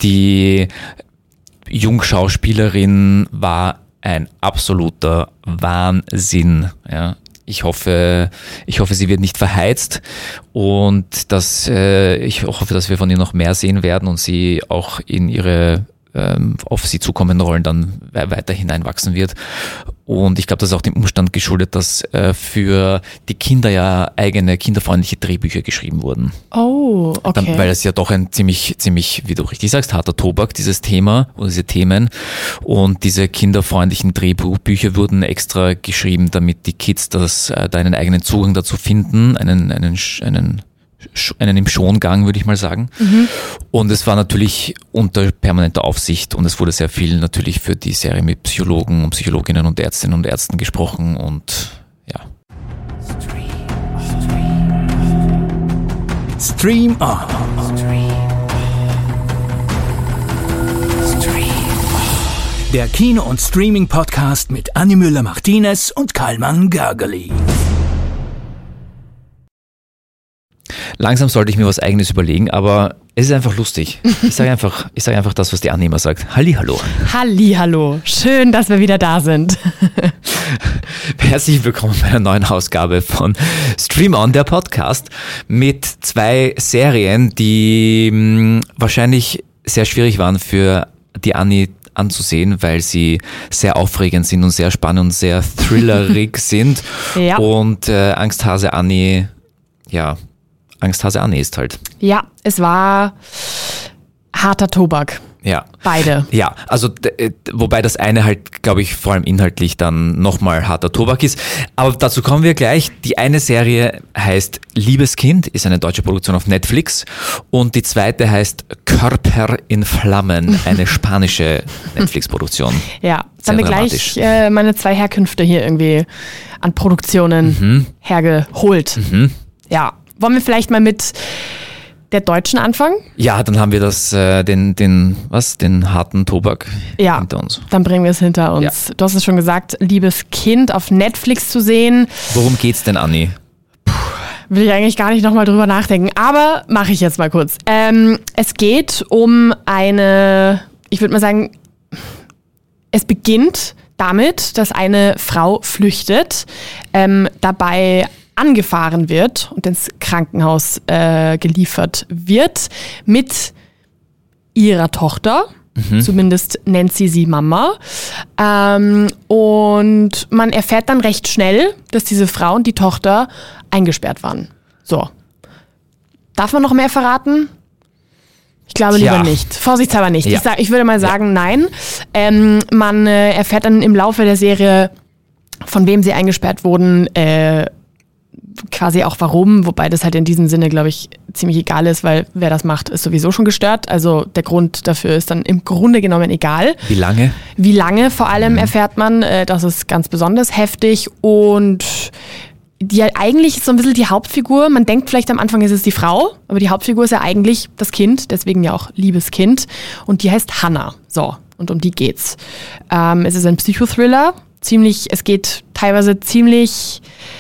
Die Jungschauspielerin war ein absoluter Wahnsinn. Ja. Ich hoffe, sie wird nicht verheizt und ich hoffe, dass wir von ihr noch mehr sehen werden und sie auch in ihre auf sie zukommenden Rollen dann weiter hineinwachsen wird. Und ich glaube, das ist auch dem Umstand geschuldet, dass für die Kinder ja eigene kinderfreundliche Drehbücher geschrieben wurden. Oh, okay. Weil es ja doch ein ziemlich, wie du richtig sagst, harter Tobak, dieses Thema oder diese Themen. Und diese kinderfreundlichen Drehbuchbücher wurden extra geschrieben, damit die Kids da einen eigenen Zugang dazu finden, einen im Schongang, würde ich mal sagen. Mhm. Und es war natürlich unter permanenter Aufsicht und es wurde sehr viel natürlich für die Serie mit Psychologen und Psychologinnen und Ärztinnen und Ärzten gesprochen und ja. Stream On. Der Kino- und Streaming-Podcast mit Anni Müller-Martinez und Kalman Gergely. Langsam sollte ich mir was Eigenes überlegen, aber es ist einfach lustig. Ich sage einfach das, was die Anni immer sagt. Hallihallo. Hallihallo. Schön, dass wir wieder da sind. Herzlich willkommen bei einer neuen Ausgabe von Stream On, der Podcast, mit 2 Serien, die wahrscheinlich sehr schwierig waren für die Anni anzusehen, weil sie sehr aufregend sind und sehr spannend und sehr thrillerig sind. Ja. Und Angsthase Anni ist halt. Ja, es war harter Tobak. Ja. Beide. Ja, also wobei das eine halt, glaube ich, vor allem inhaltlich dann nochmal harter Tobak ist. Aber dazu kommen wir gleich. Die eine Serie heißt Liebes Kind, ist eine deutsche Produktion auf Netflix. Und die zweite heißt Körper in Flammen, eine spanische Netflix-Produktion. Ja, dann haben wir gleich meine 2 Herkünfte hier irgendwie an Produktionen hergeholt. Mhm. Ja. Wollen wir vielleicht mal mit der deutschen anfangen? Ja, dann haben wir den harten Tobak hinter uns. Dann bringen wir es hinter uns. Ja. Du hast es schon gesagt, Liebes Kind auf Netflix zu sehen. Worum geht's denn, Anni? Will ich eigentlich gar nicht nochmal drüber nachdenken, aber mache ich jetzt mal kurz. Es geht um ich würde mal sagen, es beginnt damit, dass eine Frau flüchtet, dabei angefahren wird und ins Krankenhaus geliefert wird mit ihrer Tochter. Zumindest nennt sie Mama. Und man erfährt dann recht schnell, dass diese Frau und die Tochter eingesperrt waren. So. Darf man noch mehr verraten? Ich glaube lieber nicht. Vorsichtshalber nicht. Ja. Ich würde mal sagen, nein. Man erfährt dann im Laufe der Serie, von wem sie eingesperrt wurden, quasi auch warum, wobei das halt in diesem Sinne, glaube ich, ziemlich egal ist, weil wer das macht, ist sowieso schon gestört. Also der Grund dafür ist dann im Grunde genommen egal. Wie lange? Wie lange vor allem erfährt man, das ist ganz besonders heftig und die halt eigentlich ist so ein bisschen die Hauptfigur. Man denkt vielleicht am Anfang, ist es die Frau, aber die Hauptfigur ist ja eigentlich das Kind, deswegen ja auch Liebes Kind und die heißt Hannah. So, und um die geht's. Es ist ein Psychothriller, es geht teilweise ziemlich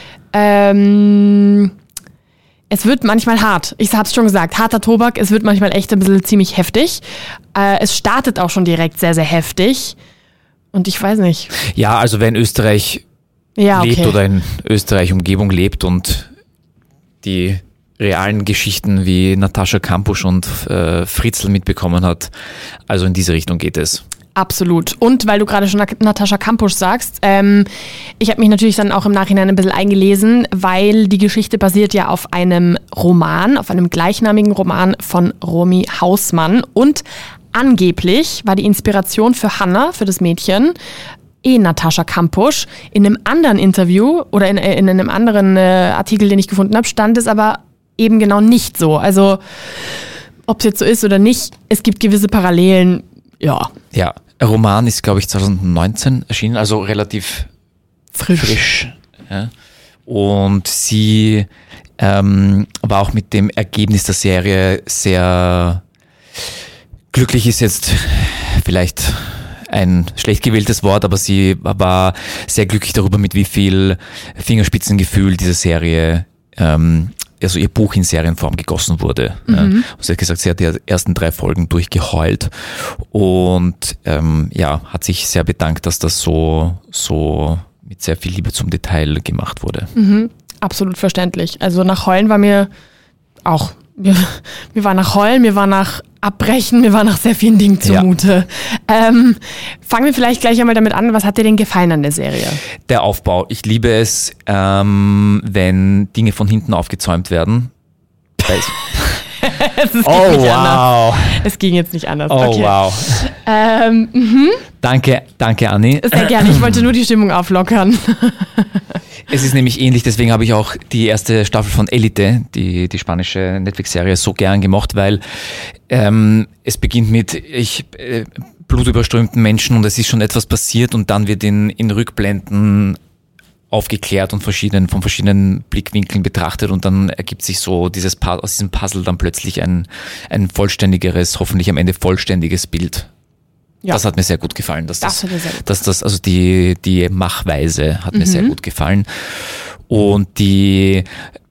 es wird manchmal hart. Ich hab's schon gesagt, harter Tobak, es wird manchmal echt ein bisschen ziemlich heftig. Es startet auch schon direkt sehr, sehr heftig. Und ich weiß nicht. Ja, also wer in Österreich lebt oder in Österreich Umgebung lebt und die realen Geschichten wie Natascha Kampusch und Fritzl mitbekommen hat, also in diese Richtung geht es. Absolut. Und weil du gerade schon Natascha Kampusch sagst, ich habe mich natürlich dann auch im Nachhinein ein bisschen eingelesen, weil die Geschichte basiert ja auf einem Roman, auf einem gleichnamigen Roman von Romy Hausmann. Und angeblich war die Inspiration für Hannah, für das Mädchen, Natascha Kampusch. In einem anderen Interview oder in einem anderen Artikel, den ich gefunden habe, stand es aber eben genau nicht so. Also ob es jetzt so ist oder nicht, es gibt gewisse Parallelen. Ja. Ja, der Roman ist, glaube ich, 2019 erschienen, also relativ frisch. Ja. Und sie war auch mit dem Ergebnis der Serie sehr glücklich, ist jetzt vielleicht ein schlecht gewähltes Wort, aber sie war sehr glücklich darüber, mit wie viel Fingerspitzengefühl diese Serie also ihr Buch in Serienform gegossen wurde. Ja. Sie hat gesagt, sie hat die ersten 3 Folgen durchgeheult und hat sich sehr bedankt, dass das so mit sehr viel Liebe zum Detail gemacht wurde. Absolut verständlich. Also nach Heulen war mir auch, mir war nach Heulen, mir war nach Abbrechen, mir war nach sehr vielen Dingen zumute. Ja. Fangen wir vielleicht gleich einmal damit an, was hat dir denn gefallen an der Serie? Der Aufbau. Ich liebe es, wenn Dinge von hinten aufgezäumt werden. Wow. Es ging jetzt nicht anders. Oh, okay. Wow. Danke, Anni. Sehr gerne, ich wollte nur die Stimmung auflockern. Es ist nämlich ähnlich, deswegen habe ich auch die erste Staffel von Elite, die spanische Netflix-Serie, so gern gemocht, weil es beginnt mit blutüberströmten Menschen und es ist schon etwas passiert und dann wird in Rückblenden aufgeklärt und von verschiedenen Blickwinkeln betrachtet und dann ergibt sich so aus diesem Puzzle dann plötzlich ein vollständigeres, hoffentlich am Ende vollständiges Bild. Ja. Das hat mir sehr gut gefallen, also die Machweise hat mir sehr gut gefallen. Und die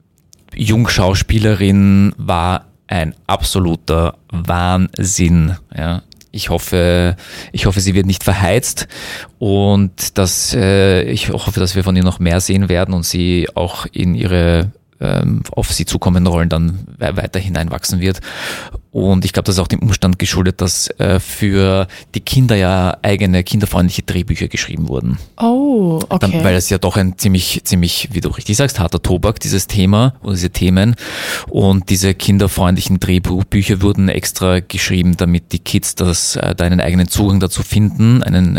Jungschauspielerin war ein absoluter Wahnsinn, ja. Ich hoffe, sie wird nicht verheizt und ich hoffe, dass wir von ihr noch mehr sehen werden und sie auch in ihre auf sie zukommenden Rollen dann weiter hineinwachsen wird. Und ich glaube, das ist auch dem Umstand geschuldet, dass für die Kinder ja eigene kinderfreundliche Drehbücher geschrieben wurden. Oh, okay. Weil es ja doch ein ziemlich, wie du richtig sagst, harter Tobak, dieses Thema oder diese Themen. Und diese kinderfreundlichen Drehbücher wurden extra geschrieben, damit die Kids da einen eigenen Zugang dazu finden, einen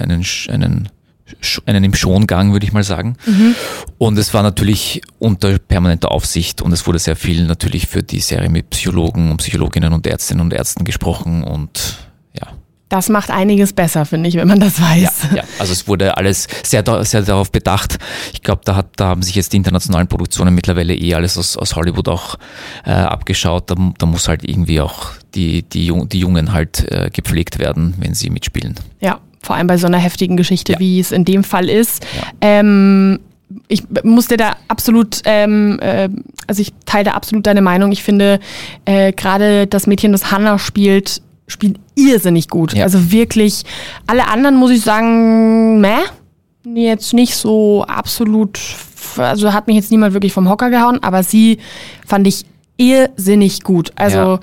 im Schongang, würde ich mal sagen. Und es war natürlich unter permanenter Aufsicht und es wurde sehr viel natürlich für die Serie mit Psychologen und Psychologinnen und Ärztinnen und Ärzten gesprochen und ja. Das macht einiges besser, finde ich, wenn man das weiß. Ja, also es wurde alles sehr darauf bedacht. Ich glaube, da haben sich jetzt die internationalen Produktionen mittlerweile alles aus Hollywood auch abgeschaut. Da muss halt irgendwie auch die Jungen halt gepflegt werden, wenn sie mitspielen. Ja. Vor allem bei so einer heftigen Geschichte, wie es in dem Fall ist. Ja. Ich musste da absolut, also ich teile da absolut deine Meinung. Ich finde, gerade das Mädchen, das Hannah spielt irrsinnig gut. Ja. Also wirklich, alle anderen muss ich sagen, jetzt nicht so absolut, also hat mich jetzt niemand wirklich vom Hocker gehauen, aber sie fand ich irrsinnig gut. Also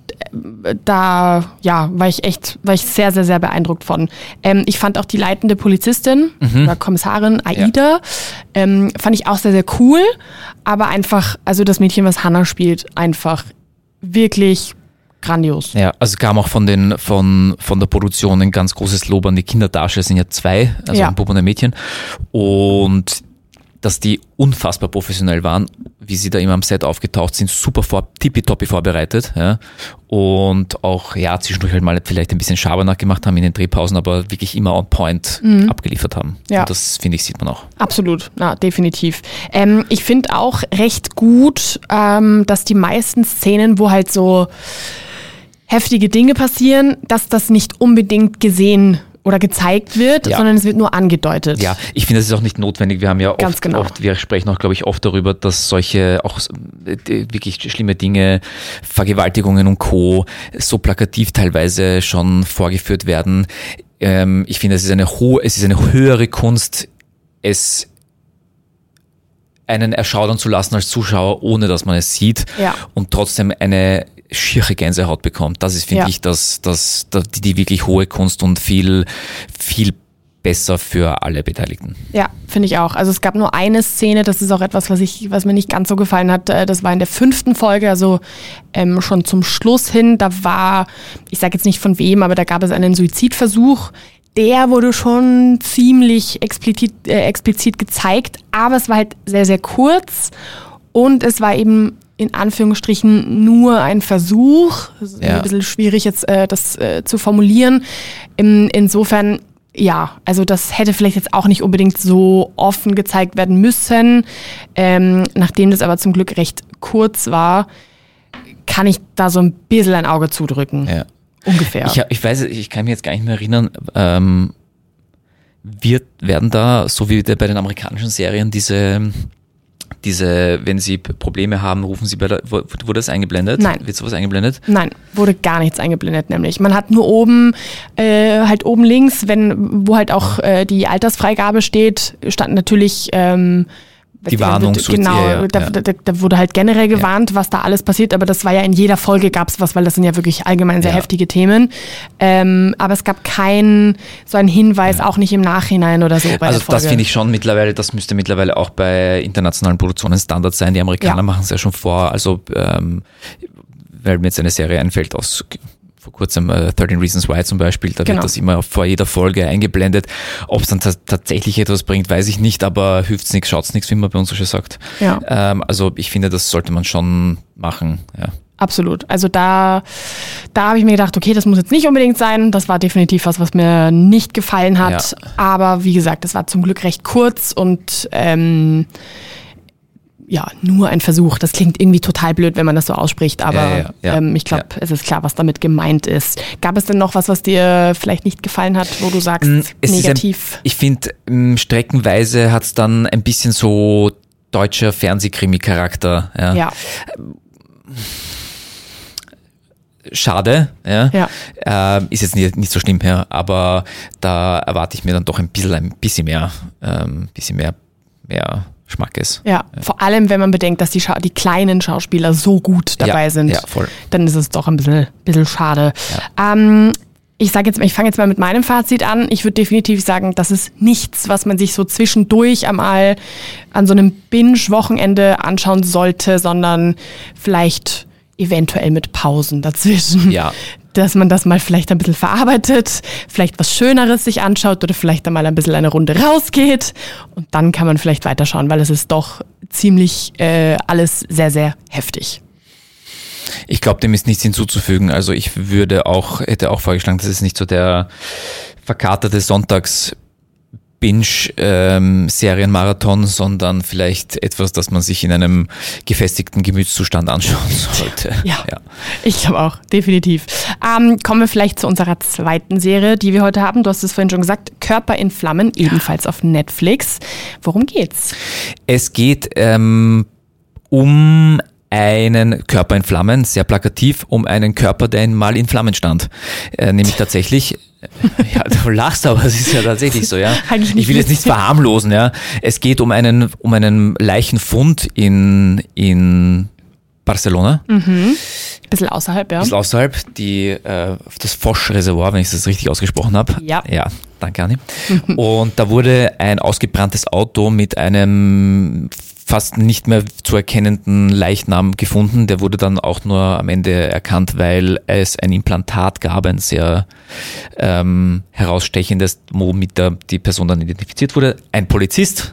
da war ich sehr, sehr, sehr beeindruckt von. Ich fand auch die leitende Polizistin oder Kommissarin Aida, fand ich auch sehr, sehr cool, aber einfach, also das Mädchen, was Hannah spielt, einfach wirklich grandios. Ja, also kam auch von der Produktion ein ganz großes Lob an die Kinderdarsteller, es sind ja 2, also ein Bub und ein Mädchen, und dass die unfassbar professionell waren, wie sie da immer am Set aufgetaucht sind, super tippitoppi vorbereitet, ja, und auch, zwischendurch halt mal vielleicht ein bisschen Schabernack gemacht haben in den Drehpausen, aber wirklich immer on point abgeliefert haben. Ja. Und das, finde ich, sieht man auch. Absolut, definitiv. Ich finde auch recht gut, dass die meisten Szenen, wo halt so heftige Dinge passieren, dass das nicht unbedingt gesehen oder gezeigt wird, sondern es wird nur angedeutet. Ja, ich finde, das ist auch nicht notwendig. Wir haben ja wir sprechen auch, glaube ich, oft darüber, dass solche auch wirklich schlimme Dinge, Vergewaltigungen und Co. so plakativ teilweise schon vorgeführt werden. Ich finde, es ist eine höhere Kunst, es einen erschaudern zu lassen als Zuschauer, ohne dass man es sieht und trotzdem eine schiere Gänsehaut bekommt. Das ist, finde ich, die wirklich hohe Kunst und viel, viel besser für alle Beteiligten. Ja, finde ich auch. Also es gab nur eine Szene, das ist auch etwas, was mir nicht ganz so gefallen hat. Das war in der 5. Folge, also schon zum Schluss hin. Da war, ich sage jetzt nicht von wem, aber da gab es einen Suizidversuch. Der wurde schon ziemlich explizit gezeigt, aber es war halt sehr, sehr kurz und es war eben in Anführungsstrichen nur ein Versuch. Das ist ein bisschen schwierig jetzt das zu formulieren. Insofern, also das hätte vielleicht jetzt auch nicht unbedingt so offen gezeigt werden müssen. Nachdem das aber zum Glück recht kurz war, kann ich da so ein bisschen ein Auge zudrücken. Ja. Ungefähr. Ich weiß, ich kann mich jetzt gar nicht mehr erinnern, werden da, so wie bei den amerikanischen Serien, diese wenn Sie Probleme haben, rufen Sie wurde das eingeblendet? Nein. Wird sowas eingeblendet? Nein, wurde gar nichts eingeblendet, nämlich. Man hat nur oben oben links, wo halt auch die Altersfreigabe steht, stand natürlich die Warnung. Genau, da wurde halt generell gewarnt, was da alles passiert, aber das war ja in jeder Folge gab es was, weil das sind ja wirklich allgemein sehr heftige Themen. Aber es gab keinen so einen Hinweis, auch nicht im Nachhinein oder so bei der Folge. Das finde ich schon mittlerweile, das müsste mittlerweile auch bei internationalen Produktionen Standard sein. Die Amerikaner machen es ja schon vor, also weil mir jetzt eine Serie einfällt aus vor kurzem 13 Reasons Why zum Beispiel, da wird das immer vor jeder Folge eingeblendet. Ob es dann tatsächlich etwas bringt, weiß ich nicht, aber hilft's nichts, schaut's nichts, wie man bei uns so schön sagt. Ja. Also ich finde, das sollte man schon machen. Ja. Absolut. Also da habe ich mir gedacht, okay, das muss jetzt nicht unbedingt sein. Das war definitiv was mir nicht gefallen hat. Ja. Aber wie gesagt, das war zum Glück recht kurz und nur ein Versuch. Das klingt irgendwie total blöd, wenn man das so ausspricht, aber ich glaube, es ist klar, was damit gemeint ist. Gab es denn noch was dir vielleicht nicht gefallen hat, wo du sagst, negativ? Ich finde, streckenweise hat es dann ein bisschen so deutscher Fernsehkrimi-Charakter. Ja. Schade, ist jetzt nicht so schlimm, aber da erwarte ich mir dann doch ein bisschen mehr Schmackes. Ja, vor allem, wenn man bedenkt, dass die kleinen Schauspieler so gut dabei sind, dann ist es doch ein bisschen schade. Ja. Ich fange jetzt mal mit meinem Fazit an. Ich würde definitiv sagen, das ist nichts, was man sich so zwischendurch einmal an so einem Binge-Wochenende anschauen sollte, sondern vielleicht eventuell mit Pausen dazwischen. Ja. Dass man das mal vielleicht ein bisschen verarbeitet, vielleicht was Schöneres sich anschaut oder vielleicht einmal ein bisschen eine Runde rausgeht und dann kann man vielleicht weiterschauen, weil es ist doch ziemlich alles sehr, sehr heftig. Ich glaube, dem ist nichts hinzuzufügen. Also ich hätte auch vorgeschlagen, das ist nicht so der verkaterte Sonntags-Binge-Serienmarathon, sondern vielleicht etwas, das man sich in einem gefestigten Gemütszustand anschauen sollte. Ja. Ich glaube auch, definitiv. Kommen wir vielleicht zu unserer zweiten Serie, die wir heute haben. Du hast es vorhin schon gesagt, Körper in Flammen, ebenfalls auf Netflix. Worum geht's? Es geht um einen Körper in Flammen, sehr plakativ, um einen Körper, der mal in Flammen stand. Nämlich tatsächlich, du lachst, aber es ist ja tatsächlich so, ja. Ich will jetzt nichts verharmlosen, ja. Es geht um einen Leichenfund in Barcelona. Mhm. Bisschen außerhalb, ja. Bisschen außerhalb, das Foch-Reservoir, wenn ich das richtig ausgesprochen habe. Ja. Ja, danke, Anni. Und da wurde ein ausgebranntes Auto mit einem fast nicht mehr zu erkennenden Leichnam gefunden. Der wurde dann auch nur am Ende erkannt, weil es ein Implantat gab, ein sehr herausstechendes, womit die Person dann identifiziert wurde. Ein Polizist.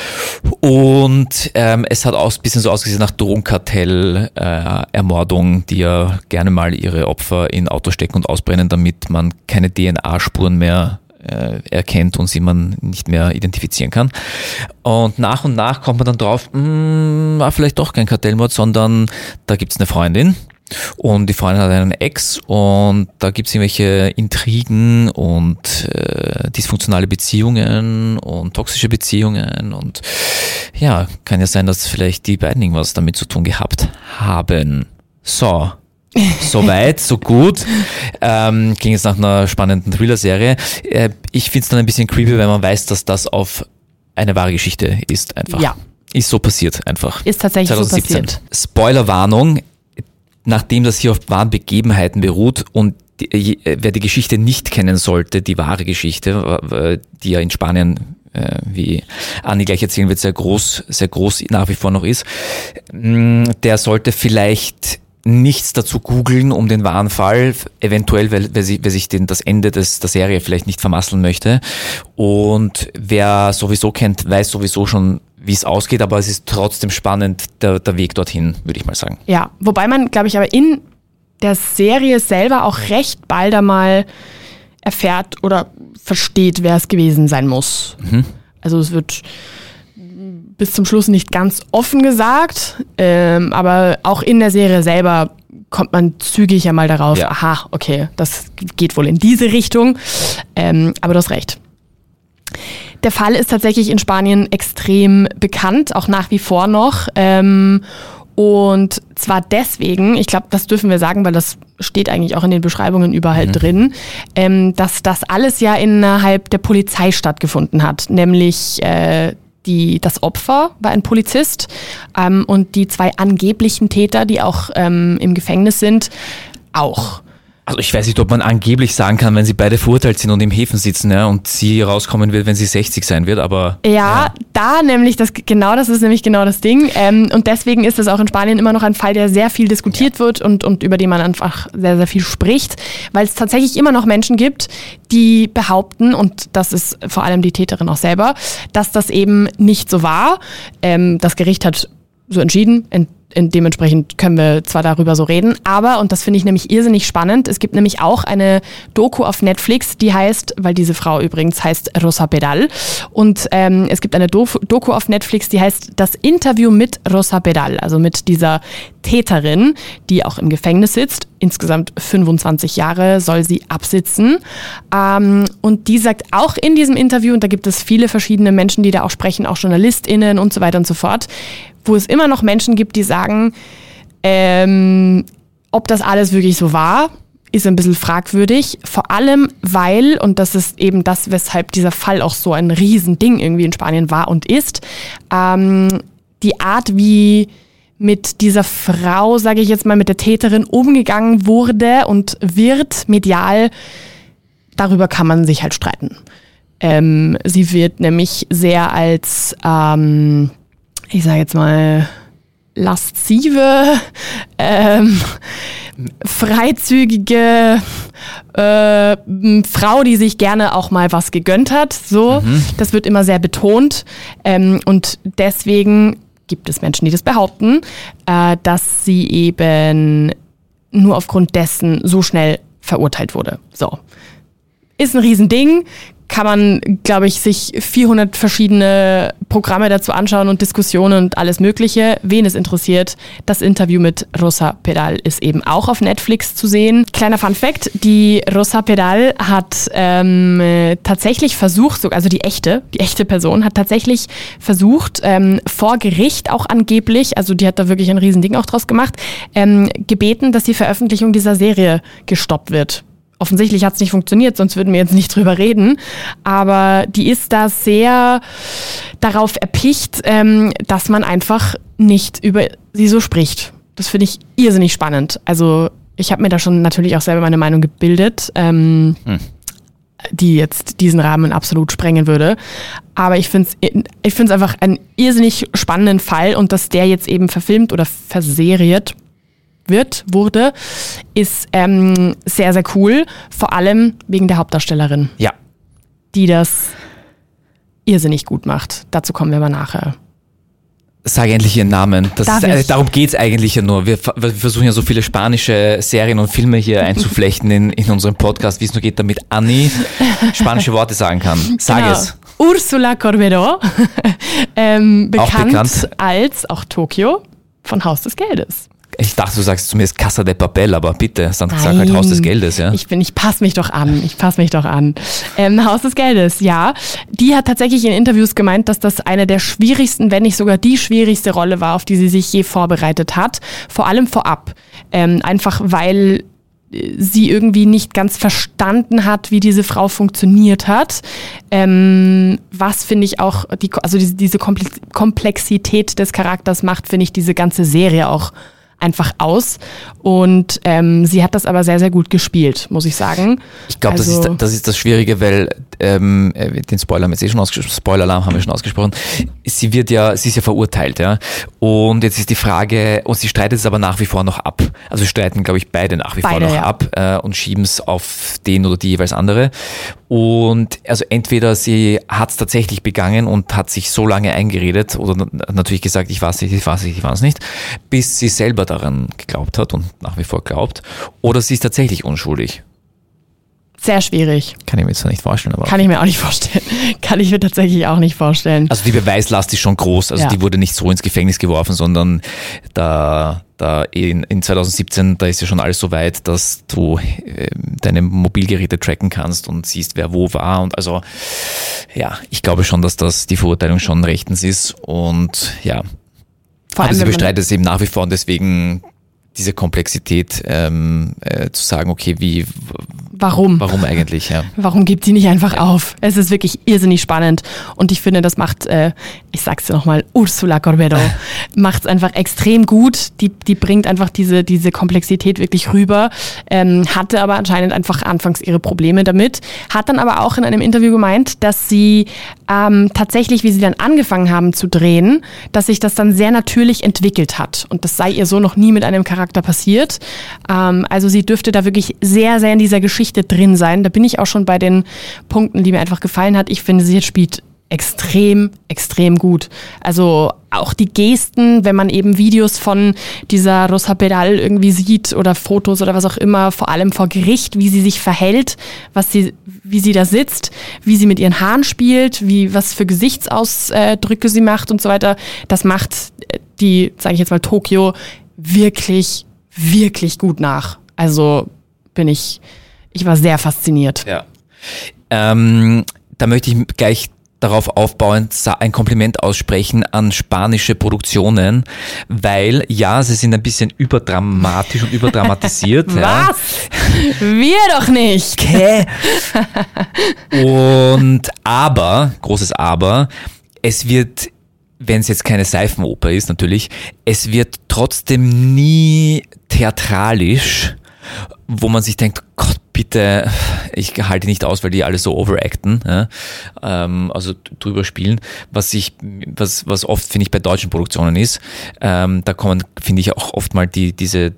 Und es hat ein bisschen so ausgesehen nach Drogenkartell-Ermordung, die ja gerne mal ihre Opfer in Autos stecken und ausbrennen, damit man keine DNA-Spuren mehr erkennt und sie man nicht mehr identifizieren kann. Und nach kommt man dann drauf, war vielleicht doch kein Kartellmord, sondern da gibt's eine Freundin und die Freundin hat einen Ex und da gibt's irgendwelche Intrigen und dysfunktionale Beziehungen und toxische Beziehungen und ja, kann ja sein, dass vielleicht die beiden irgendwas damit zu tun gehabt haben. So weit, so gut. Klingt jetzt nach einer spannenden Thriller-Serie. Ich finde es dann ein bisschen creepy, wenn man weiß, dass das auf eine wahre Geschichte ist einfach. Ja. Ist so passiert einfach. Ist tatsächlich 2017. So passiert. Spoilerwarnung, nachdem das hier auf wahren Begebenheiten beruht und wer die Geschichte nicht kennen sollte, die wahre Geschichte, die ja in Spanien, wie Anni gleich erzählen wird, sehr groß nach wie vor noch ist, der sollte vielleicht nichts dazu googeln um den wahren Fall, eventuell, wer sich das Ende der Serie vielleicht nicht vermasseln möchte. Und wer sowieso kennt, weiß sowieso schon, wie es ausgeht, aber es ist trotzdem spannend, der Weg dorthin, würde ich mal sagen. Ja, wobei man, glaube ich, aber in der Serie selber auch recht bald einmal erfährt oder versteht, wer es gewesen sein muss. Mhm. Also es wird bis zum Schluss nicht ganz offen gesagt, aber auch in der Serie selber kommt man zügig ja mal darauf, aha, okay, das geht wohl in diese Richtung, aber du hast recht. Der Fall ist tatsächlich in Spanien extrem bekannt, auch nach wie vor noch. Und zwar deswegen, ich glaube, das dürfen wir sagen, weil das steht eigentlich auch in den Beschreibungen überall drin, dass das alles ja innerhalb der Polizei stattgefunden hat. Nämlich das Opfer war ein Polizist und die 2 angeblichen Täter, die auch im Gefängnis sind, auch. Also ich weiß nicht, ob man angeblich sagen kann, wenn sie beide verurteilt sind und im Häfen sitzen, ja, und sie rauskommen wird, wenn sie 60 sein wird, aber... Ja, da nämlich, das ist nämlich genau das Ding. Und deswegen ist es auch in Spanien immer noch ein Fall, der sehr viel diskutiert wird und über den man einfach sehr, sehr viel spricht, weil es tatsächlich immer noch Menschen gibt, die behaupten, und das ist vor allem die Täterin auch selber, dass das eben nicht so war. Das Gericht hat so entschieden, dementsprechend können wir zwar darüber so reden, aber, und das finde ich nämlich irrsinnig spannend, es gibt nämlich auch eine Doku auf Netflix, die heißt, weil diese Frau übrigens heißt Rosa Peral, und es gibt eine Doku auf Netflix, die heißt Das Interview mit Rosa Peral, also mit dieser Täterin, die auch im Gefängnis sitzt. Insgesamt 25 Jahre soll sie absitzen. Und die sagt auch in diesem Interview, und da gibt es viele verschiedene Menschen, die da auch sprechen, auch JournalistInnen und so weiter und so fort, wo es immer noch Menschen gibt, die sagen, ob das alles wirklich so war, ist ein bisschen fragwürdig. Vor allem, weil, und das ist eben das, weshalb dieser Fall auch so ein Riesending irgendwie in Spanien war und ist, die Art, wie mit dieser Frau, sage ich jetzt mal, mit der Täterin umgegangen wurde und wird medial, darüber kann man sich halt streiten. Sie wird nämlich sehr als, ich sage jetzt mal, laszive, freizügige Frau, die sich gerne auch mal was gegönnt hat. So, das wird immer sehr betont. Und deswegen gibt es Menschen, die das behaupten, dass sie eben nur aufgrund dessen so schnell verurteilt wurde. So. Ist ein Riesending. Kann man, glaube ich, sich 400 verschiedene Programme dazu anschauen und Diskussionen und alles Mögliche. Wen es interessiert, das Interview mit Rosa Peral ist eben auch auf Netflix zu sehen. Kleiner Fun-Fact, die Rosa Peral hat tatsächlich versucht, also die echte Person hat tatsächlich versucht, vor Gericht auch angeblich, also die hat da wirklich ein Riesending auch draus gemacht, gebeten, dass die Veröffentlichung dieser Serie gestoppt wird. Offensichtlich hat es nicht funktioniert, sonst würden wir jetzt nicht drüber reden. Aber die ist da sehr darauf erpicht, dass man einfach nicht über sie so spricht. Das finde ich irrsinnig spannend. Also ich habe mir da schon natürlich auch selber meine Meinung gebildet, die jetzt diesen Rahmen absolut sprengen würde. Aber ich finde es einfach einen irrsinnig spannenden Fall, und dass der jetzt eben verfilmt oder verseriert wurde, ist sehr, sehr cool. Vor allem wegen der Hauptdarstellerin. Ja. Die das irrsinnig gut macht. Dazu kommen wir aber nachher. Sag endlich ihren Namen. Darum geht's eigentlich ja nur. Wir versuchen ja so viele spanische Serien und Filme hier einzuflechten in unserem Podcast, wie es nur geht, damit Anni spanische Worte sagen kann. Sag es. Ursula Corberó, bekannt als auch Tokio von Haus des Geldes. Ich dachte, du sagst zumindest Casa de Papel, aber bitte, sag halt Haus des Geldes, ja? Ich passe mich doch an. Haus des Geldes, ja. Die hat tatsächlich in Interviews gemeint, dass das eine der schwierigsten, wenn nicht sogar die schwierigste Rolle war, auf die sie sich je vorbereitet hat. Vor allem vorab. Einfach weil sie irgendwie nicht ganz verstanden hat, wie diese Frau funktioniert hat. Was finde ich auch, diese Komplexität des Charakters macht, finde ich, diese ganze Serie auch einfach aus. Und sie hat das aber sehr, sehr gut gespielt, muss ich sagen. Ich glaube, das ist das Schwierige, weil den Spoiler haben wir jetzt schon ausgesprochen, Spoiler-Alarm haben wir schon ausgesprochen. Sie ist ja verurteilt, ja. Und jetzt ist die Frage, und sie streitet es aber nach wie vor noch ab. Also streiten, glaube ich, beide nach wie vor noch ab und schieben es auf den oder die jeweils andere. Und also entweder sie hat es tatsächlich begangen und hat sich so lange eingeredet oder natürlich gesagt, ich weiß nicht, bis sie selber daran geglaubt hat und nach wie vor glaubt, oder sie ist tatsächlich unschuldig. Sehr schwierig. Kann ich mir jetzt nicht vorstellen. Aber Kann ich mir auch nicht vorstellen. Kann ich mir tatsächlich auch nicht vorstellen. Also die Beweislast ist schon groß. Also die wurde nicht so ins Gefängnis geworfen, sondern da da in 2017, da ist ja schon alles so weit, dass du deine Mobilgeräte tracken kannst und siehst, wer wo war. Und also, ja, ich glaube schon, dass das die Verurteilung schon rechtens ist. Und ja, aber sie bestreitet es eben nach wie vor und deswegen diese Komplexität zu sagen, okay, Warum eigentlich? Ja. Warum gibt sie nicht einfach auf? Es ist wirklich irrsinnig spannend und ich finde, das macht, ich sag's dir nochmal, Ursula Corberó macht's einfach extrem gut. Die bringt einfach diese Komplexität wirklich rüber, hatte aber anscheinend einfach anfangs ihre Probleme damit, hat dann aber auch in einem Interview gemeint, dass sie tatsächlich, wie sie dann angefangen haben zu drehen, dass sich das dann sehr natürlich entwickelt hat und das sei ihr so noch nie mit einem Charakter passiert. Also sie dürfte da wirklich sehr, sehr in dieser Geschichte drin sein. Da bin ich auch schon bei den Punkten, die mir einfach gefallen hat. Ich finde, sie spielt extrem, extrem gut. Also auch die Gesten, wenn man eben Videos von dieser Rosa Peral irgendwie sieht oder Fotos oder was auch immer, vor allem vor Gericht, wie sie sich verhält, wie sie da sitzt, wie sie mit ihren Haaren spielt, was für Gesichtsausdrücke sie macht und so weiter. Das macht die, sage ich jetzt mal, Tokio wirklich, wirklich gut nach. Also ich war sehr fasziniert. Ja. Da möchte ich gleich darauf aufbauend ein Kompliment aussprechen an spanische Produktionen, weil ja, sie sind ein bisschen überdramatisch und überdramatisiert. Was? Ja. Wir doch nicht. Okay. Aber, großes Aber, es wird, wenn es jetzt keine Seifenoper ist natürlich, es wird trotzdem nie theatralisch, wo man sich denkt, Gott, bitte, ich halte nicht aus, weil die alle so overacten, ja? Also drüber spielen, was oft, finde ich, bei deutschen Produktionen ist. Da kommen, finde ich, auch oft mal diese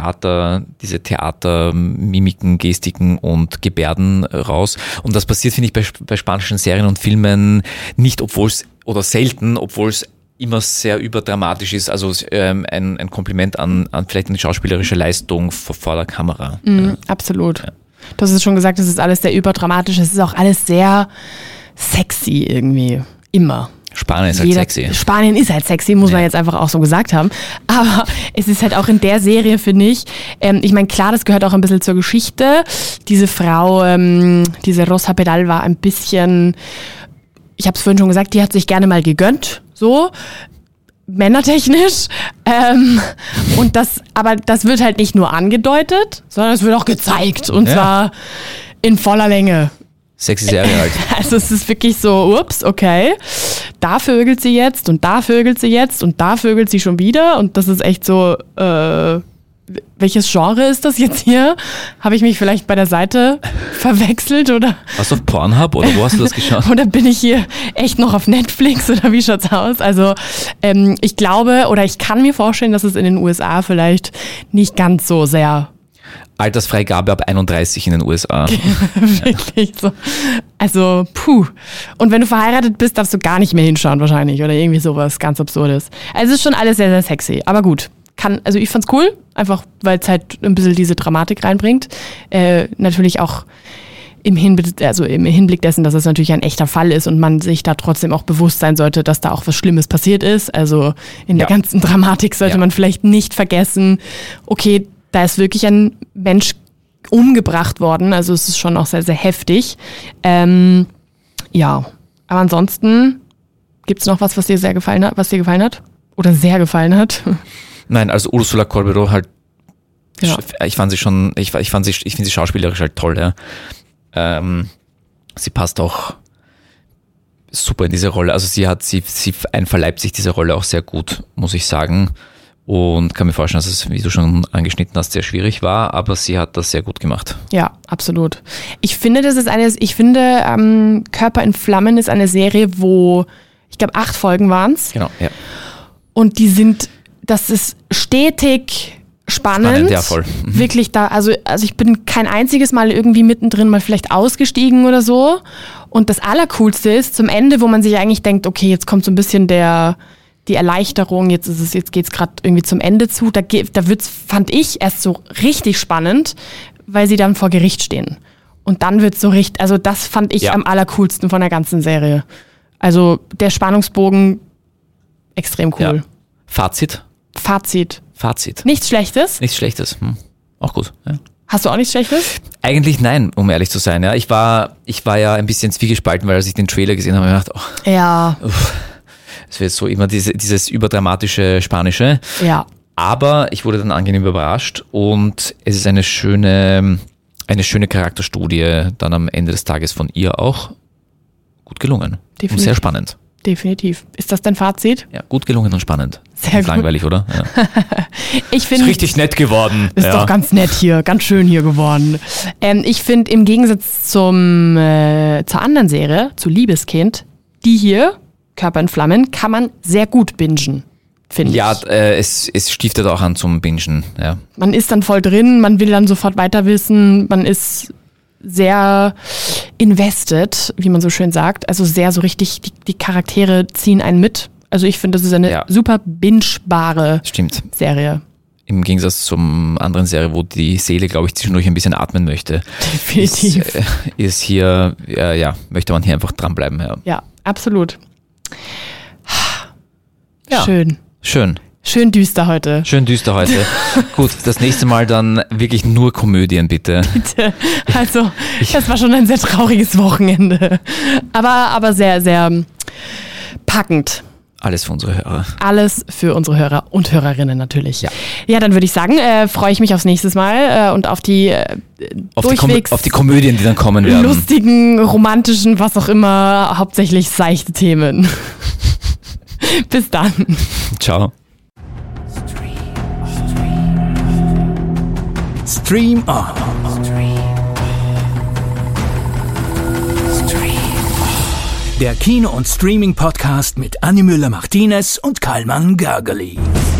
Theatermimiken, Gestiken und Gebärden raus. Und das passiert, finde ich, bei spanischen Serien und Filmen nicht, obwohl es immer sehr überdramatisch ist, also ein Kompliment an vielleicht eine schauspielerische Leistung vor der Kamera. Absolut. Ja. Du hast es schon gesagt, es ist alles sehr überdramatisch, es ist auch alles sehr sexy irgendwie, immer. Spanien ist halt sexy. Spanien ist halt sexy, muss man jetzt einfach auch so gesagt haben. Aber es ist halt auch in der Serie, finde ich, ich meine, klar, das gehört auch ein bisschen zur Geschichte. Diese Frau, diese Rosa Peral war ein bisschen, ich habe es vorhin schon gesagt, die hat sich gerne mal gegönnt, so männertechnisch. Aber das wird halt nicht nur angedeutet, sondern es wird auch gezeigt. Und zwar in voller Länge. Sexy Serie halt. Also es ist wirklich so, ups, okay, da vögelt sie jetzt und da vögelt sie jetzt und da vögelt sie schon wieder. Und das ist echt so, welches Genre ist das jetzt hier? Habe ich mich vielleicht bei der Seite verwechselt oder? Warst du auf Pornhub oder wo hast du das geschaut? Oder bin ich hier echt noch auf Netflix oder wie schaut's aus? Also ich glaube oder ich kann mir vorstellen, dass es in den USA vielleicht nicht ganz so sehr Altersfreigabe ab 31 in den USA. Wirklich so. Also, Und wenn du verheiratet bist, darfst du gar nicht mehr hinschauen wahrscheinlich oder irgendwie sowas ganz Absurdes. Also es ist schon alles sehr, sehr sexy, aber gut. Also ich fand's cool, einfach weil es halt ein bisschen diese Dramatik reinbringt. Natürlich auch im Hinblick dessen, dass es natürlich ein echter Fall ist und man sich da trotzdem auch bewusst sein sollte, dass da auch was Schlimmes passiert ist. Also in der ganzen Dramatik sollte man vielleicht nicht vergessen, okay, da ist wirklich ein Mensch umgebracht worden. Also es ist schon auch sehr, sehr heftig. Aber ansonsten gibt's noch was dir gefallen hat? Oder sehr gefallen hat? Nein, also Ursula Corberó halt, ich finde sie schauspielerisch halt toll, ja. Sie passt auch super in diese Rolle, also sie einverleibt sich diese Rolle auch sehr gut, muss ich sagen. Und kann mir vorstellen, dass es, wie du schon angeschnitten hast, sehr schwierig war, aber sie hat das sehr gut gemacht. Ja, absolut. Ich finde, Körper in Flammen ist eine Serie, wo, ich glaube, 8 Folgen waren es. Genau, ja. Und das ist stetig spannend. Ja, voll. Wirklich da, also ich bin kein einziges Mal irgendwie mittendrin mal vielleicht ausgestiegen oder so. Und das Allercoolste ist zum Ende, wo man sich eigentlich denkt, okay, jetzt kommt so ein bisschen die Erleichterung, jetzt geht's gerade irgendwie zum Ende zu. Da wird's, fand ich, erst so richtig spannend, weil sie dann vor Gericht stehen. Und dann wird's so richtig, also das fand ich am allercoolsten von der ganzen Serie. Also der Spannungsbogen, extrem cool. Ja. Fazit? Fazit. Nichts Schlechtes? Nichts Schlechtes. Auch gut. Ja. Hast du auch nichts Schlechtes? Eigentlich nein, um ehrlich zu sein. Ja. Ich war ja ein bisschen zwiegespalten, weil als ich den Trailer gesehen habe, habe ich gedacht, Ja. es wird so immer dieses überdramatische Spanische. Ja. Aber ich wurde dann angenehm überrascht und es ist eine schöne Charakterstudie dann am Ende des Tages von ihr auch gut gelungen. Definitiv. Und sehr spannend. Definitiv. Ist das dein Fazit? Ja, gut gelungen und spannend. Sehr gut. Langweilig, oder? Ja. Ich finde, Ist richtig nett geworden. ist doch ganz nett hier, ganz schön hier geworden. Ich finde im Gegensatz zur anderen Serie, zu Liebeskind, die hier, Körper in Flammen, kann man sehr gut bingen, finde ich. Ja, es stiftet auch an zum Bingen. Ja. Man ist dann voll drin, man will dann sofort weiter wissen, man ist sehr invested, wie man so schön sagt. Also sehr so richtig, die Charaktere ziehen einen mit. Also ich finde, das ist eine super bingebare Serie. Im Gegensatz zum anderen Serie, wo die Seele, glaube ich, zwischendurch ein bisschen atmen möchte. Definitiv. Ist hier, möchte man hier einfach dranbleiben. Ja, absolut. Ja. Schön düster heute. Gut, das nächste Mal dann wirklich nur Komödien, bitte. Bitte. Also, das war schon ein sehr trauriges Wochenende. Aber sehr, sehr packend. Alles für unsere Hörer. Alles für unsere Hörer und Hörerinnen natürlich. Ja, dann würde ich sagen, freue ich mich aufs nächste Mal und auf die durchwegs auf die Komödien, die dann kommen werden. Lustigen, romantischen, was auch immer, hauptsächlich seichte Themen. Bis dann. Ciao. Stream On. Der Kino- und Streaming-Podcast mit Annie Müller-Martinez und Kallmann Gergely.